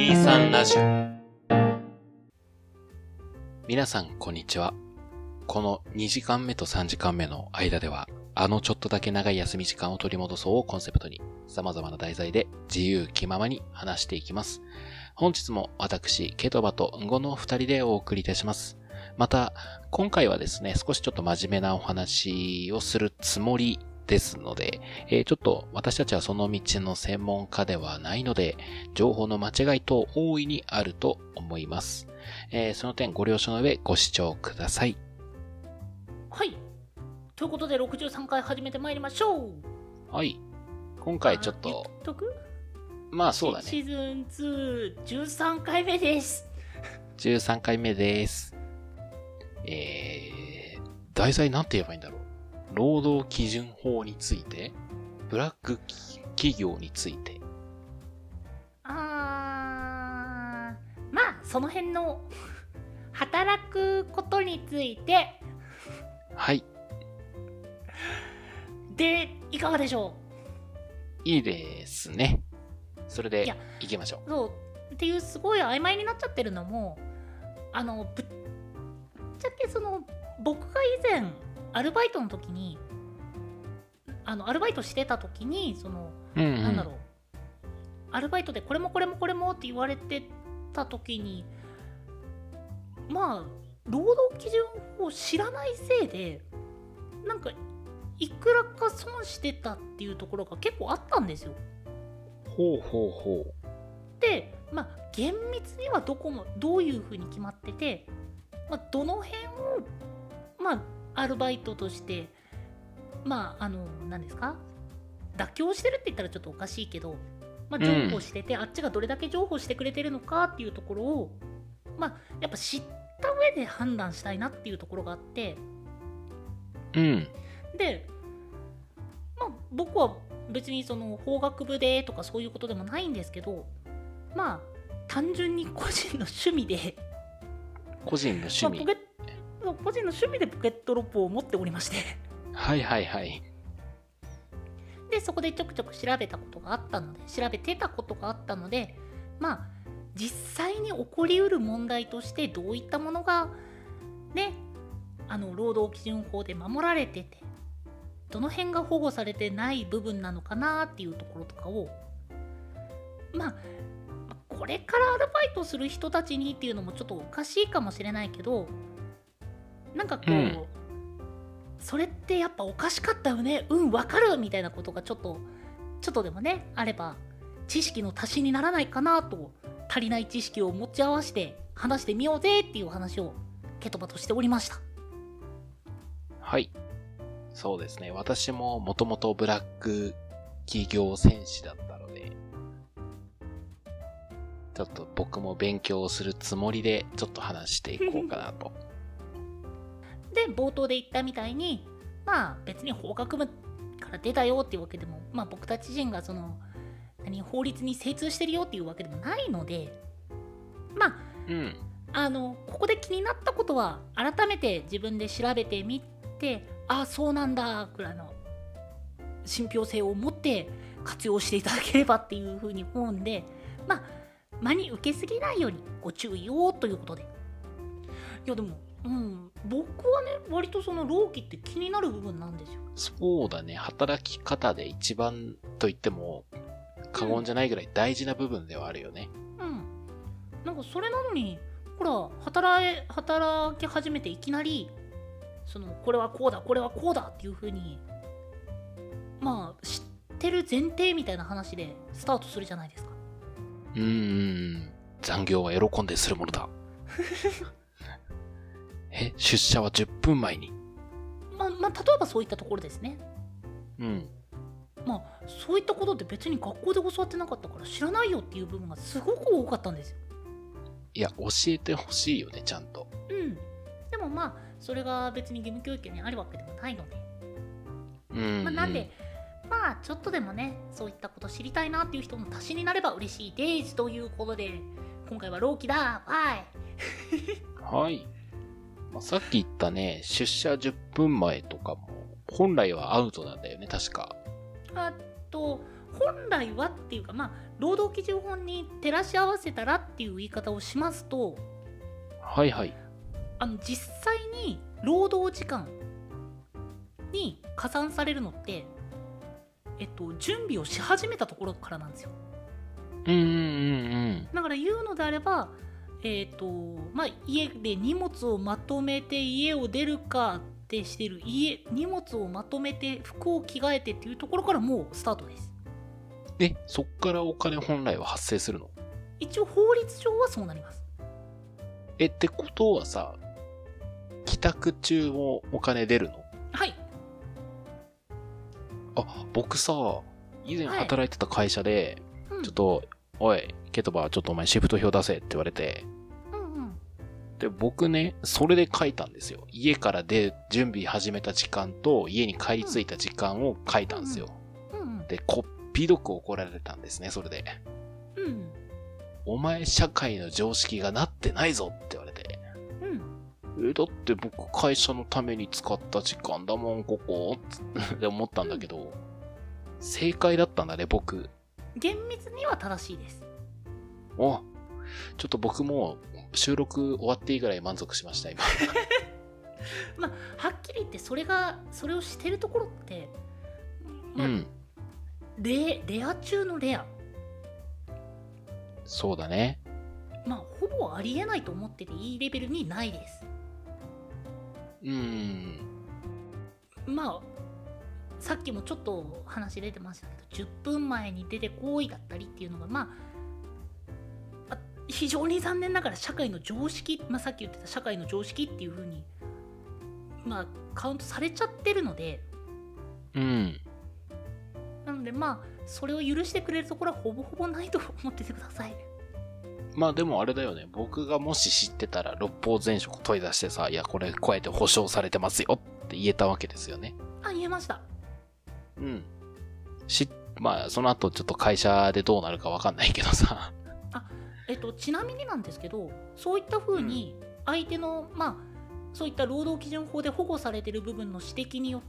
23ラジオ。皆さんこんにちは。この2時間目と3時間目の間では、ちょっとだけ長い休み時間を取り戻そうをコンセプトに、様々な題材で自由気ままに話していきます。本日も私、ケトバとンゴの2人でお送りいたします。また、今回はですね、少しちょっと真面目なお話をするつもりですので、ちょっと私たちはその道の専門家ではないので、情報の間違い等大いにあると思います。その点ご了承の上ご視聴ください。 はい。ということで63回始めてまいりましょう。 はい。今回ちょっと、 言っとく？ まあそうだね。 シーズン2、13回目です。 13回目です。題材なんて言えばいいんだろう。労働基準法について、ブラック企業について。 まあその辺の働くことについて。 はい。 で、いかがでしょう？いいですね。それで行きましょう。 そうっていうすごい曖昧になっちゃってるのも、ぶっちゃけ僕が以前アルバイトの時にアルバイトしてた時になんだろう、アルバイトでこれもこれもこれもって言われてた時に、まあ労働基準法を知らないせいでなんかいくらか損してたっていうところが結構あったんですよ。 ほうほうほう。 で、厳密にはどういう風に決まってて、どの辺をアルバイトとして何ですか、妥協してるって言ったらちょっとおかしいけど、譲歩してて、あっちがどれだけ譲歩してくれてるのかっていうところをやっぱ知った上で判断したいなっていうところがあって、で僕は別に法学部でとかそういうことでもないんですけど、単純に個人の趣味で個人の趣味、 個人の趣味でポケットロップを持っておりましてはいはいはい。 でそこでちょくちょく調べてたことがあったので、実際に起こりうる問題としてどういったものがね、労働基準法で守られてて、どの辺が保護されてない部分なのかなっていうところとかを、これからアルバイトする人たちにっていうのもちょっとおかしいかもしれないけど、それってやっぱおかしかったよね、わかるみたいなことがちょっとでもねあれば、知識の足しにならないかなと、足りない知識を持ち合わせて話してみようぜっていう話をケトバとしておりました。 はい、そうですね。私ももともとブラック企業戦士だったので、ちょっと僕も勉強するつもりでちょっと話していこうかなと。 で冒頭で言ったみたいに、別に法学部から出たよっていうわけでも、僕たち自身が法律に精通してるよっていうわけでもないので、ここで気になったことは改めて自分で調べてみて、そうなんだくらいの信憑性を持って活用していただければっていうふうに思うんで、真に受けすぎないようにご注意をということで。いやでも僕はね、割と労基って気になる部分なんですよ。 そうだね。働き方で一番と言っても過言じゃないぐらい大事な部分ではあるよね。 それなのに、ほら、働き始めていきなりこれはこうだこれはこうだっていう風に知ってる前提みたいな話でスタートするじゃないですか。 残業は喜んでするものだ。出社は10分前に。 例えばそういったところですね。そういったことって別に学校で教わってなかったから知らないよっていう部分がすごく多かったんですよ。 いや、教えてほしいよね、ちゃんと。 でもそれが別に義務教育にあるわけでもないので、なんでちょっとでもね、そういったこと知りたいなっていう人の足しになれば嬉しいですということで、今回は朗希だはい。さっき言ったね、出社10分前とかも本来はアウトなんだよね、確か。 本来はっていうか、労働基準法に照らし合わせたらっていう言い方をしますと、 はいはい。 実際に労働時間に加算されるのって、準備をし始めたところからなんですよ。だから言うのであれば、家で荷物をまとめて家を出るかってしてる荷物をまとめて服を着替えてっていうところからもうスタートです。 そっからお金本来は発生するの？ 一応法律上はそうなります。 ってことはさ、帰宅中もお金出るの？ はい。 僕さ、以前働いてた会社で、ちょっと、おい、ケトバ、ちょっとお前シフト表出せって言われて、で、僕ね、それで書いたんですよ。家から準備始めた時間と、家に帰り着いた時間を書いたんですよ。で、こっぴどく怒られたんですね、それで。お前、社会の常識がなってないぞって言われて。だって僕、会社のために使った時間だもん、ここって思ったんだけど、正解だったんだね、僕。 厳密には正しいです。 ちょっと僕も収録終わっていいぐらい満足しました、今。 はっきり言ってそれをしてるところって、レア中のレア。 そうだね。 ほぼありえないと思ってていいレベルにないです。さっきもちょっと話出てましたけど、10分前に出てこいだったりっていうのが非常に残念ながら社会の常識、さっき言ってた社会の常識っていう風にカウントされちゃってるので、なのでそれを許してくれるところはほぼほぼないと思っててください。 でもあれだよね。僕がもし知ってたら六法全書問い出してさ、いやこれこうやって保証されてますよって言えたわけですよね。 言えました。 その後ちょっと会社でどうなるかわかんないけどさ。 ちなみになんですけど、そういった風に相手のそういった労働基準法で保護されている部分の指摘によって、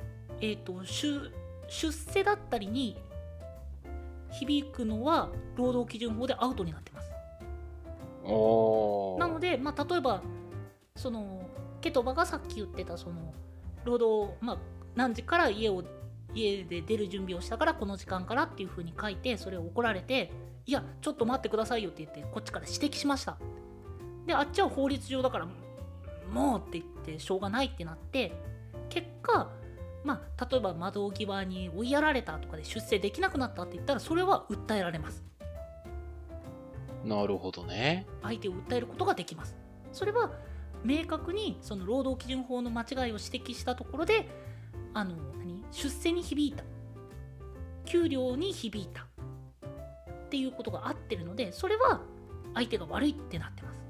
出世だったりに響くのは労働基準法でアウトになってます。なので、例えばそのケトバがさっき言ってたその労働、何時から家で出る準備をしたからこの時間からっていう風に書いて、それを怒られて、いやちょっと待ってくださいよって言ってこっちから指摘しました。で、あっちは法律上だからもうって言ってしょうがないってなって、結果例えば窓際に追いやられたとかで出世できなくなったって言ったら、それは訴えられます。 なるほどね。 相手を訴えることができます。それは明確にその労働基準法の間違いを指摘したところで、出世に響いた、給料に響いたっていうことが合ってるので、それは相手が悪いってなってます。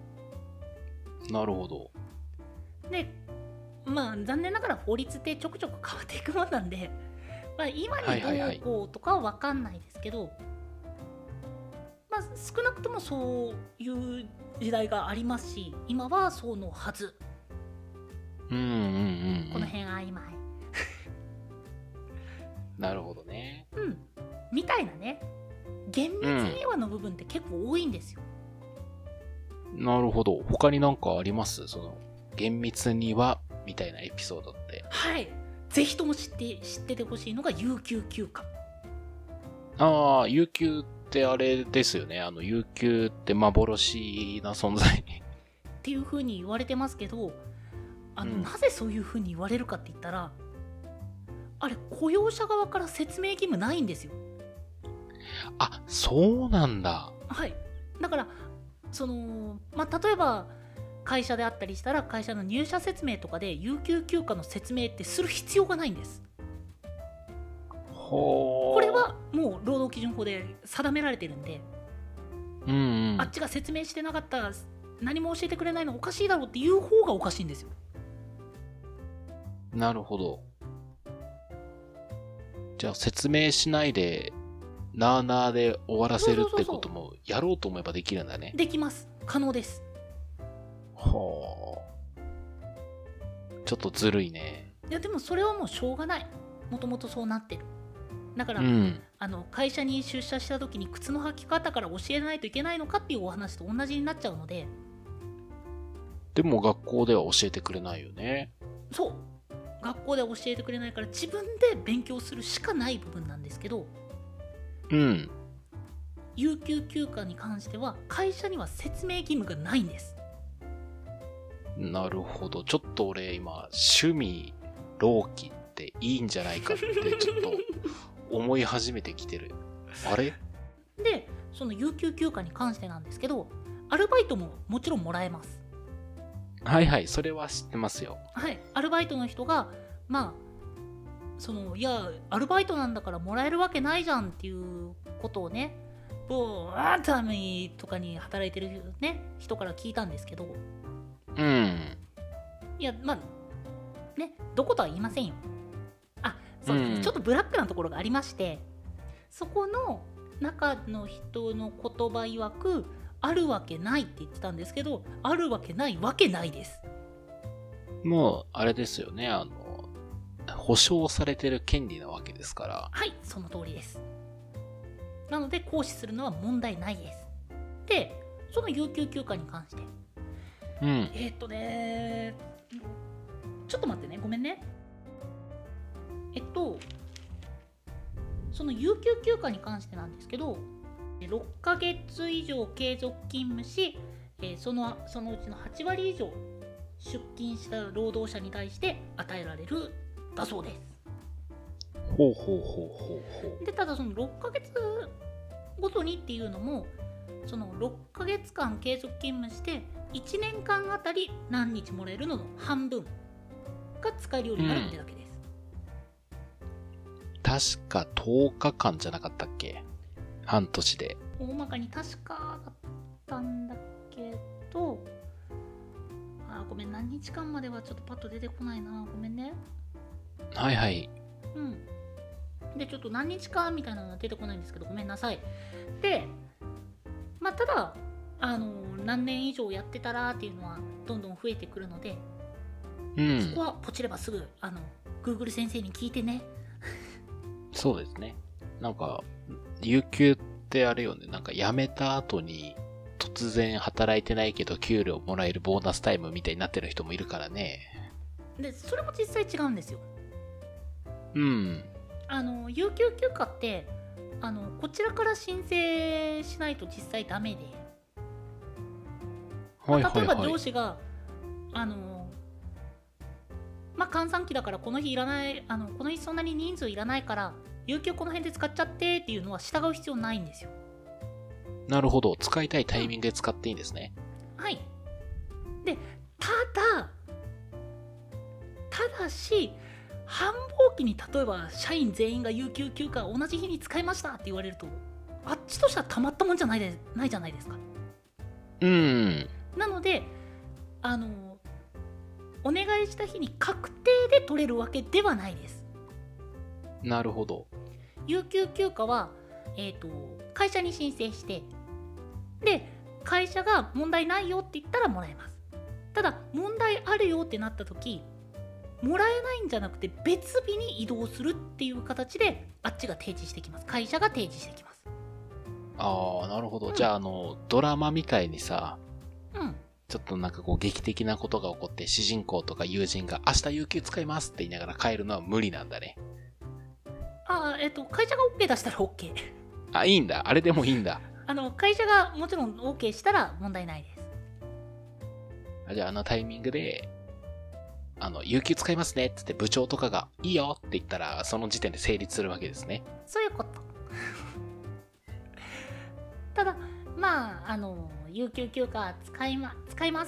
なるほど。 で、残念ながら法律ってちょくちょく変わっていくもんなんで、今にどうこうとかは分かんないですけど、少なくともそういう時代がありますし、今はそのはず。この辺曖昧。 なるほどね。 みたいなね、厳密にはの部分って結構多いんですよ。 なるほど。他になんかあります？その厳密にはみたいなエピソードって。 はい。ぜひとも知っててほしいのが有給休暇。 有給ってあれですよね。有給って幻な存在っていう風に言われてますけど、なぜそういう風に言われるかって言ったら、あれ雇用者側から説明義務ないんですよ。 そうなんだ。 はい。だから例えば会社であったりしたら、会社の入社説明とかで有給休暇の説明ってする必要がないんです。これはもう労働基準法で定められてるんで、あっちが説明してなかったら何も教えてくれないのおかしいだろうっていう方がおかしいんですよ。 なるほど。じゃあ説明しないでなあなあで終わらせるってこともやろうと思えばできるんだね。 できます。可能です。 ちょっとずるいね。 いやでもそれはもうしょうがない。もともとそうなってる。だから、 会社に出社した時に靴の履き方から教えないといけないのかっていうお話と同じになっちゃうので。 でも学校では教えてくれないよね。 そう、学校では教えてくれないから自分で勉強するしかない部分なんですけど、 うん。 有給休暇に関しては会社には説明義務がないんです。 なるほど。ちょっと俺今、趣味、労基っていいんじゃないかってちょっと思い始めてきてる。あれ？ で、その有給休暇に関してなんですけど、アルバイトももちろんもらえます。 はいはい、それは知ってますよ。 はい、アルバイトの人が、いや、アルバイトなんだからもらえるわけないじゃんっていうことをね、アータミとかに働いてるね、人から聞いたんですけど、 うん。 いや、どことは言いませんよ。そうですね、ちょっとブラックなところがありまして、そこの中の人の言葉曰く、あるわけないって言ってたんですけど、あるわけないわけないです。 もう、あれですよね、保障されてる権利なわけですから。 はい、その通りです。なので、行使するのは問題ないです。で、その有給休暇に関して。 うん。 ちょっと待ってね、ごめんね。その有給休暇に関してなんですけど、6ヶ月以上継続勤務し、そのうちの8割以上出勤した労働者に対して与えられるだそうです。 ほうほうほうほうほう。 で、ただその6ヶ月ごとにっていうのも、その6ヶ月間継続勤務して1年間あたり何日もらえるのの半分が使えるようになるってだけです。 確か10日間じゃなかったっけ？半年で。 大まかに確かだったんだけど、ごめん、何日間まではちょっとパッと出てこないな。ごめんね。 はいはい。 うん。で、ちょっと何日間みたいなのは出てこないんですけど、ごめんなさい。で、ただ、何年以上やってたらっていうのはどんどん増えてくるので、そこはポチればすぐ、Google 先生に聞いてね。 そうですね。なんか、有給ってあれよね、なんか辞めた後に突然働いてないけど給料もらえるボーナスタイムみたいになってる人もいるからね。 で、それも実際違うんですよ。 うん。 有給休暇って、こちらから申請しないと実際ダメで、例えば上司が、閑散期だからこの日いらない、この日そんなに人数いらないから、有給この辺で使っちゃってっていうのは従う必要ないんですよ。 なるほど。使いたいタイミングで使っていいんですね。 はい。で、ただし、繁忙期に例えば社員全員が有給休暇を同じ日に使いましたって言われると、あっちとしてはたまったもんじゃないじゃないですか。なので、お願いした日に確定で取れるわけではないです。 なるほど。 有給休暇は、会社に申請して、で、会社が問題ないよって言ったらもらえます。ただ、問題あるよってなった時、もらえないんじゃなくて別日に移動するっていう形であっちが提示してきます。会社が提示してきます。 ああ、なるほど。じゃあ、ドラマみたいにさ、ちょっとなんかこう劇的なことが起こって主人公とか友人が明日有給使いますって言いながら帰るのは無理なんだね。 会社が OK 出したら OK。 あ、いいんだ。あれでもいいんだ。 会社がもちろん OK したら問題ないです。 じゃあタイミングで、有給使いますねってって部長とかがいいよって言ったら、その時点で成立するわけですね。 そういうこと。ただ、有給休暇使います、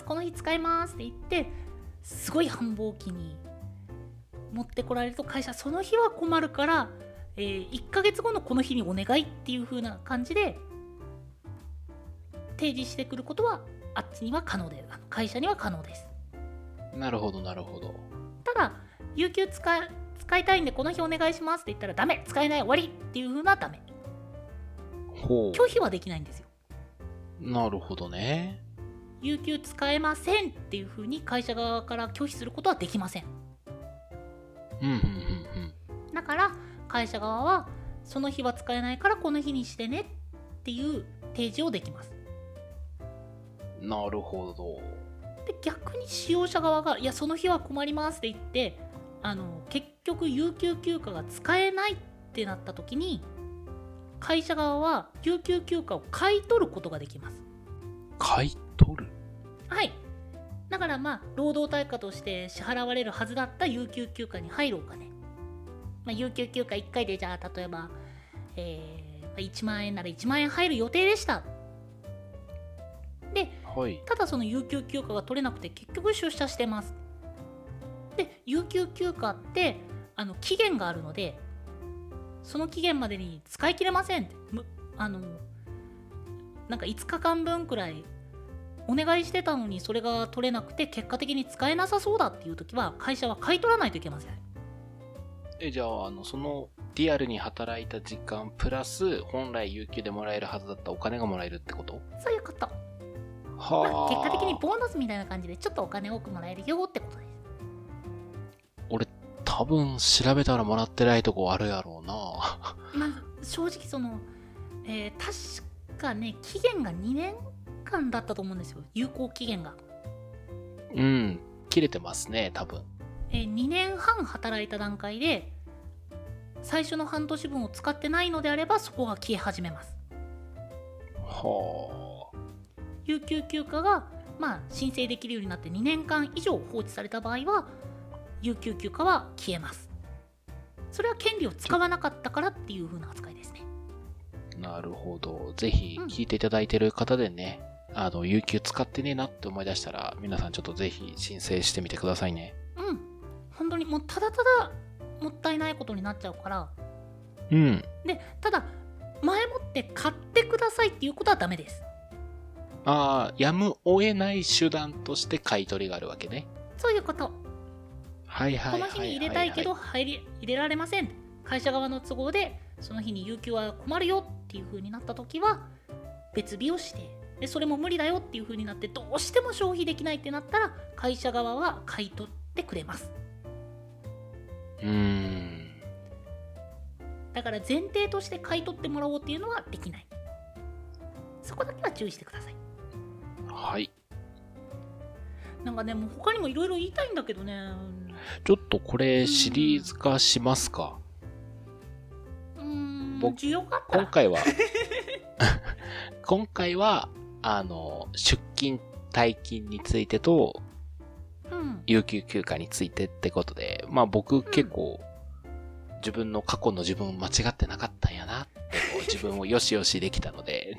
この日使いますって言って、すごい繁忙期に持ってこられると会社その日は困るから、1ヶ月後のこの日にお願いっていう風な感じで提示してくることはあっちには可能で、会社には可能です。 なるほどなるほど。 ただ有給使いたいんでこの日お願いしますって言ったらダメ、使えない、終わりっていう風なダメ。拒否はできないんですよ。 なるほどね。 有給使えませんっていう風に会社側から拒否することはできません。だから会社側はその日は使えないからこの日にしてねっていう提示をできます。 なるほど。 で逆に使用者側がいやその日は困りますって言って結局有給休暇が使えないってなった時に会社側は有給休暇を買い取ることができます。 買い取る？ はい。だから労働対価として支払われるはずだった有給休暇に入るお金、有給休暇1回でじゃあ例えば、1万円なら1万円入る予定でした。で、 はい、 ただその有給休暇が取れなくて結局出社してます。で有給休暇って期限があるのでその期限までに使い切れませんってなんか5日間分くらいお願いしてたのにそれが取れなくて結果的に使えなさそうだっていう時は会社は買い取らないといけません。 じゃあそのリアルに働いた時間プラス本来有給でもらえるはずだったお金がもらえるってこと？ そういうこと。 はあ、 結果的にボーナスみたいな感じでちょっとお金多くもらえるよってことです。 俺多分調べたらもらってないとこあるやろうな。 正直確かね期限が2年間だったと思うんですよ、有効期限が。 切れてますね多分。 2年半働いた段階で最初の半年分を使ってないのであればそこが消え始めます。 はあ。 有給休暇が申請できるようになって2年間以上放置された場合は有給休暇は消えます。それは権利を使わなかったからっていう風な扱いですね。なるほど。ぜひ聞いていただいている方でね、有給使ってねえなって思い出したら皆さんちょっとぜひ申請してみてくださいね。 本当にもうただただもったいないことになっちゃうから。でただ前もって買ってくださいっていうことはダメです。 やむを得ない手段として買い取りがあるわけね。 そういうこと。 はいはいはいはい、はい、 この日に入れたいけど入れられません。会社側の都合でその日に有給は困るよっていう風になった時は別日をしてでそれも無理だよっていう風になってどうしても消費できないってなったら会社側は買い取ってくれます。だから前提として買い取ってもらおうっていうのはできない。そこだけは注意してください。 はい。 なんかねもう他にもいろいろ言いたいんだけどね。 ちょっとこれシリーズ化しますか？ 需要があったら今回は出勤退勤についてと、有給休暇についてってことで、僕結構、自分の過去の自分間違ってなかったんやなって自分をよしよしできたので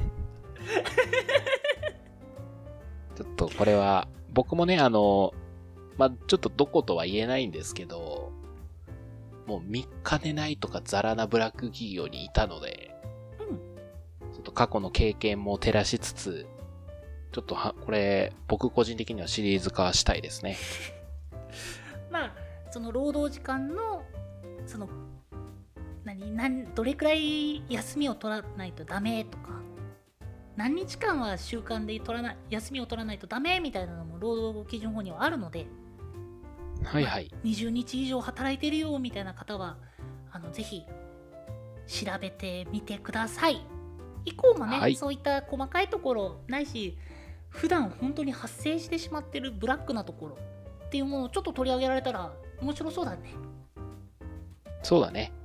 ちょっとこれは僕もねちょっとどことは言えないんですけど、もう見かねないとかザラなブラック企業にいたので、ちょっと過去の経験も照らしつつ、ちょっとこれ僕個人的にはシリーズ化したいですね。 その労働時間のそのどれくらい休みを取らないとダメとか、何日間は週間で休みを取らないとダメみたいなのも労働基準法にはあるので、 はいはい、 20日以上働いてるよみたいな方はぜひ調べてみてください。以降もね、そういった細かいところないし普段本当に発生してしまってるブラックなところっていうものをちょっと取り上げられたら面白そうだね。 そうだね。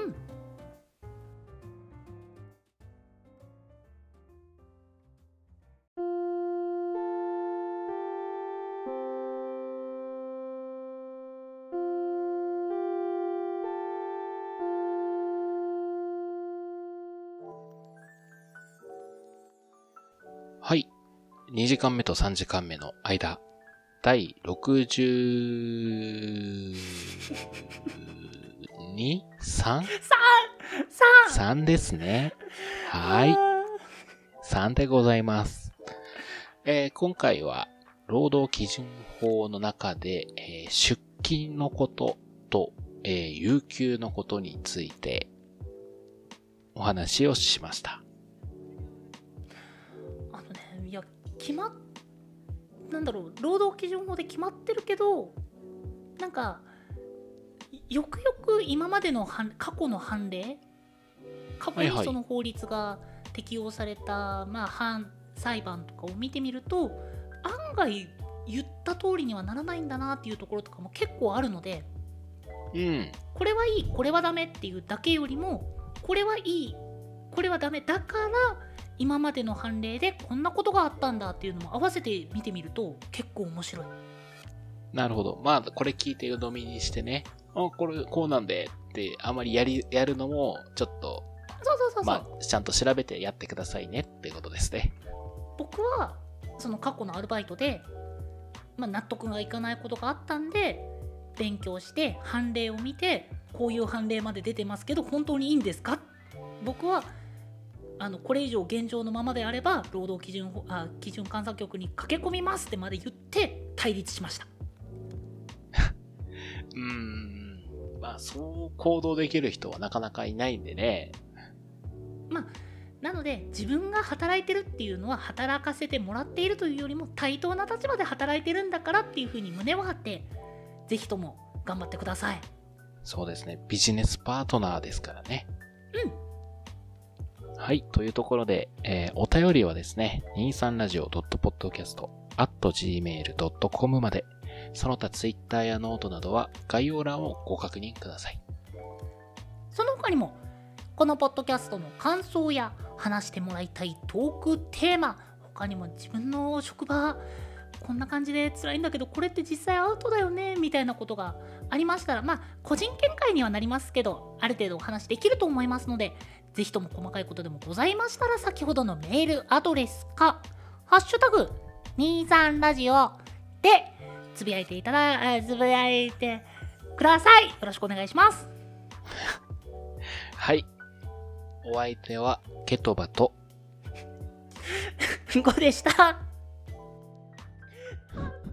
はい。2時間目と3時間目の間、第62、3ですね。はい。3でございます。今回は、労働基準法の中で、出勤のことと、有給のことについてお話をしました。 労働基準法で決まってるけど、なんかよくよく今までの過去の判例過去にその法律が適用された、裁判とかを見てみると、案外言った通りにはならないんだなっていうところとかも結構あるので、これはいい、これはダメっていうだけよりも、これはいい、これはダメだから今までの判例でこんなことがあったんだっていうのも合わせて見てみると結構面白い。 なるほど。まあこれ聞いて鵜呑みにしてね、これこうなんでってあまりやるのもちょっと、 そうちゃんと調べてやってくださいねってことですね。 僕はその過去のアルバイトで、納得がいかないことがあったんで勉強して判例を見て、こういう判例まで出てますけど本当にいいんですか、僕はこれ以上現状のままであれば労働基準監査局に駆け込みますってまで言って対立しました。 そう行動できる人はなかなかいないんでね。 なので自分が働いてるっていうのは働かせてもらっているというよりも対等な立場で働いてるんだからっていうふうに胸を張ってぜひとも頑張ってください。 そうですね、ビジネスパートナーですからね。はい、というところで、お便りはですね、23radio.podcast@gmail.com まで、その他ツイッターやノートなどは概要欄をご確認ください。 その他にもこのポッドキャストの感想や話してもらいたいトークテーマ、他にも自分の職場こんな感じで辛いんだけどこれって実際アウトだよねみたいなことがありましたら、個人見解にはなりますけどある程度お話できると思いますので、ぜひとも細かいことでもございましたら先ほどのメールアドレスかハッシュタグ23ラジオでつぶやいてください。よろしくお願いします。 はい、お相手はケトバと 5でした。